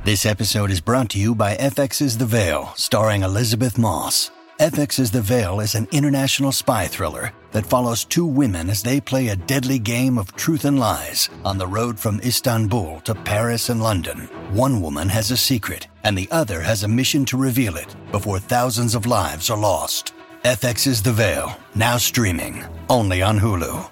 This episode is brought to you by FX's The Veil, starring Elizabeth Moss. FX's The Veil is an international spy thriller that follows two women as they play a deadly game of truth and lies on the road from Istanbul to Paris and London. One woman has a secret, and the other has a mission to reveal it before thousands of lives are lost. FX's The Veil, now streaming, only on Hulu.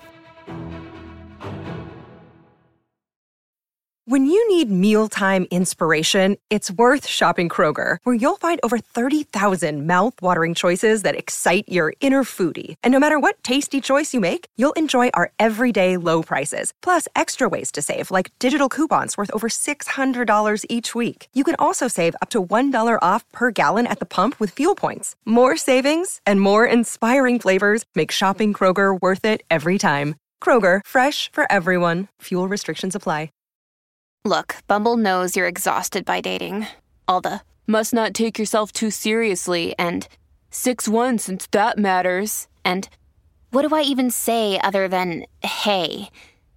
When you need mealtime inspiration, it's worth shopping Kroger, where you'll find over 30,000 mouth-watering choices that excite your inner foodie. And no matter what tasty choice you make, you'll enjoy our everyday low prices, plus extra ways to save, like digital coupons worth over $600 each week. You can also save up to $1 off per gallon at the pump with fuel points. More savings and more inspiring flavors make shopping Kroger worth it every time. Kroger, fresh for everyone. Fuel restrictions apply. Look, Bumble knows you're exhausted by dating. All the, must not take yourself too seriously, and 6'1" since that matters, and what do I even say other than, hey?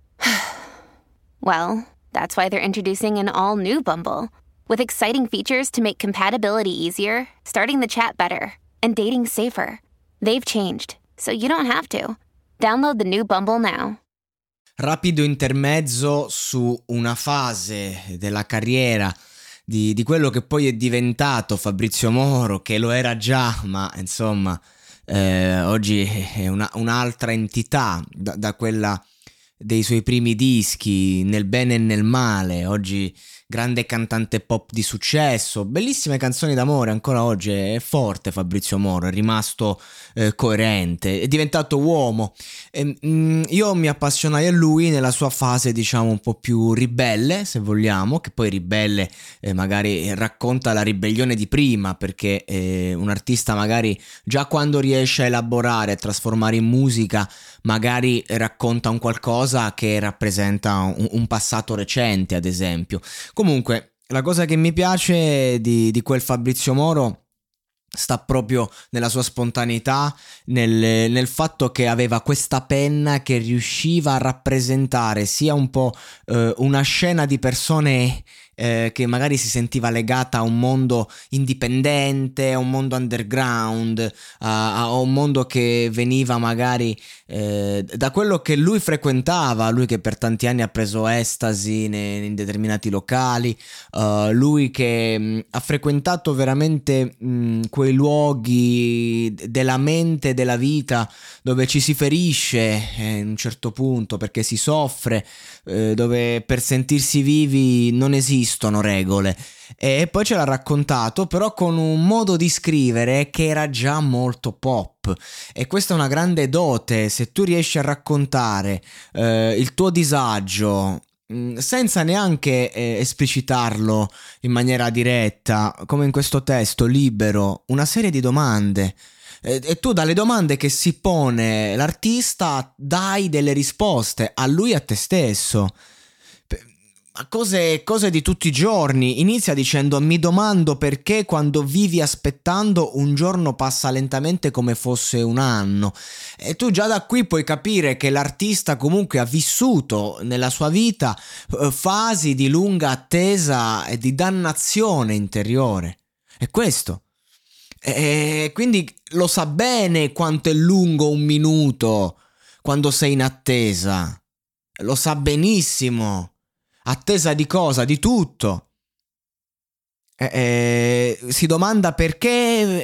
Well, that's why they're introducing an all-new Bumble, with exciting features to make compatibility easier, starting the chat better, and dating safer. They've changed, so you don't have to. Download the new Bumble now. Rapido intermezzo su una fase della carriera di quello che poi è diventato Fabrizio Moro, che lo era già, ma insomma oggi è un'altra entità da quella dei suoi primi dischi, nel bene e nel male. Oggi grande cantante pop di successo, bellissime canzoni d'amore, ancora oggi è forte Fabrizio Moro, è rimasto coerente, è diventato uomo. Io mi appassionai a lui nella sua fase, diciamo, un po' più ribelle, se vogliamo, che poi ribelle magari racconta la ribellione di prima, perché un artista magari già quando riesce a elaborare, a trasformare in musica, magari racconta un qualcosa che rappresenta un passato recente, ad esempio. Comunque, la cosa che mi piace di quel Fabrizio Moro sta proprio nella sua spontaneità, nel fatto che aveva questa penna che riusciva a rappresentare sia un po' una scena di persone che magari si sentiva legata a un mondo indipendente, a un mondo underground, a un mondo che veniva magari da quello che lui frequentava, lui che per tanti anni ha preso estasi in determinati locali, lui che ha frequentato veramente quei luoghi della mente, della vita, dove ci si ferisce in un certo punto perché si soffre, dove per sentirsi vivi non esistono regole, e poi ce l'ha raccontato però con un modo di scrivere che era già molto pop, e questa è una grande dote. Se tu riesci a raccontare il tuo disagio senza neanche esplicitarlo in maniera diretta, come in questo testo libero, una serie di domande, e tu dalle domande che si pone l'artista dai delle risposte a lui e a te stesso, a cose di tutti i giorni. Inizia dicendo: mi domando perché quando vivi aspettando un giorno passa lentamente come fosse un anno, e tu già da qui puoi capire che l'artista comunque ha vissuto nella sua vita fasi di lunga attesa e di dannazione interiore, è questo. E quindi lo sa bene quanto è lungo un minuto quando sei in attesa, lo sa benissimo. Attesa di cosa? Di tutto. Si domanda perché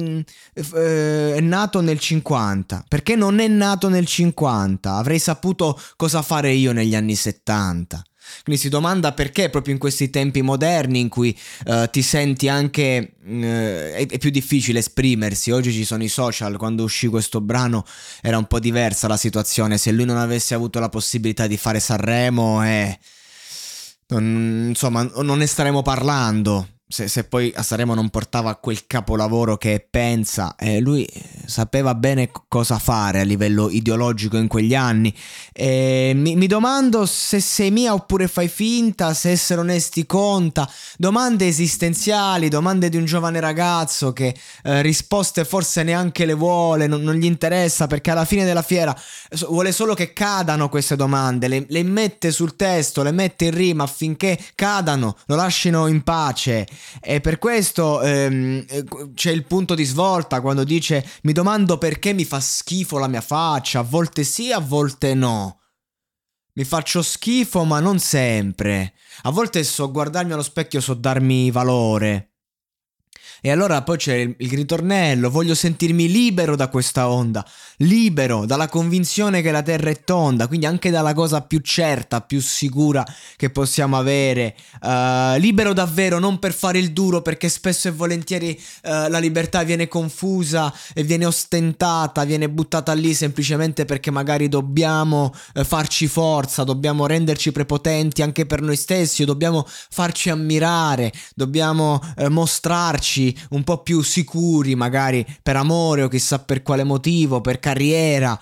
è nato nel 50, perché non è nato nel 50, avrei saputo cosa fare io negli anni 70. Quindi si domanda perché proprio in questi tempi moderni in cui ti senti anche è più difficile esprimersi. Oggi ci sono i social, quando uscì questo brano era un po' diversa la situazione. Se lui non avesse avuto la possibilità di fare Sanremo insomma non ne staremo parlando. se poi a Sanremo non portava quel capolavoro che è Pensa, lui sapeva bene cosa fare a livello ideologico in quegli anni. Mi domando se sei mia oppure fai finta, se essere onesti conta, domande esistenziali, domande di un giovane ragazzo che risposte forse neanche le vuole, non gli interessa, perché alla fine della fiera vuole solo che cadano queste domande, le mette sul testo, le mette in rima affinché cadano, lo lasciano in pace. E per questo c'è il punto di svolta quando dice: mi domando perché mi fa schifo la mia faccia, a volte sì, a volte no. Mi faccio schifo ma non sempre. A volte so guardarmi allo specchio, so darmi valore. E allora poi c'è il ritornello: voglio sentirmi libero da questa onda, libero dalla convinzione che la terra è tonda, quindi anche dalla cosa più certa, più sicura che possiamo avere, libero davvero, non per fare il duro, perché spesso e volentieri la libertà viene confusa e viene ostentata, viene buttata lì semplicemente perché magari dobbiamo farci forza, dobbiamo renderci prepotenti anche per noi stessi, o dobbiamo farci ammirare, dobbiamo mostrarci un po' più sicuri, magari per amore o chissà per quale motivo, per carriera,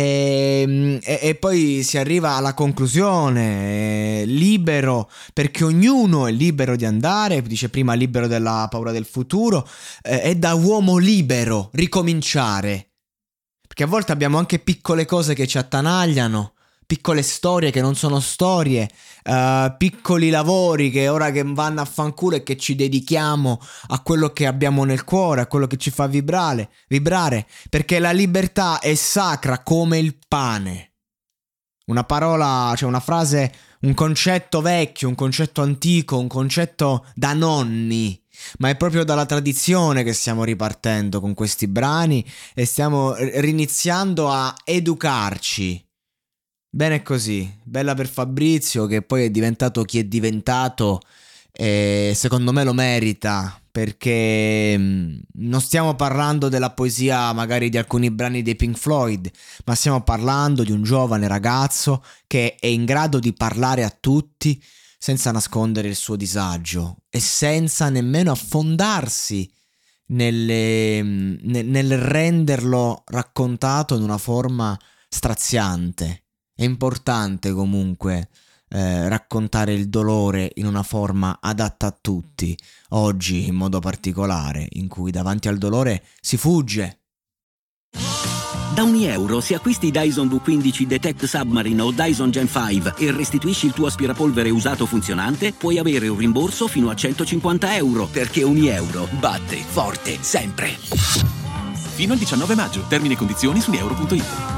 e poi si arriva alla conclusione: libero perché ognuno è libero di andare, dice prima libero dalla paura del futuro, e da uomo libero ricominciare, perché a volte abbiamo anche piccole cose che ci attanagliano, piccole storie che non sono storie, piccoli lavori che ora che vanno a fanculo e che ci dedichiamo a quello che abbiamo nel cuore, a quello che ci fa vibrare, perché la libertà è sacra come il pane. Una parola, cioè una frase, un concetto vecchio, un concetto antico, un concetto da nonni, ma è proprio dalla tradizione che stiamo ripartendo con questi brani e stiamo riniziando a educarci. Bene così, bella per Fabrizio, che poi è diventato chi è diventato, e secondo me lo merita, perché non stiamo parlando della poesia magari di alcuni brani dei Pink Floyd, ma stiamo parlando di un giovane ragazzo che è in grado di parlare a tutti senza nascondere il suo disagio e senza nemmeno affondarsi nel renderlo raccontato in una forma straziante. È importante comunque raccontare il dolore in una forma adatta a tutti, oggi in modo particolare, in cui davanti al dolore si fugge. Da €1 se acquisti Dyson V15 Detect Submarine o Dyson Gen 5 e restituisci il tuo aspirapolvere usato funzionante, puoi avere un rimborso fino a €150, perché €1 batte forte sempre. Fino al 19 maggio. Termini e condizioni su euro.it.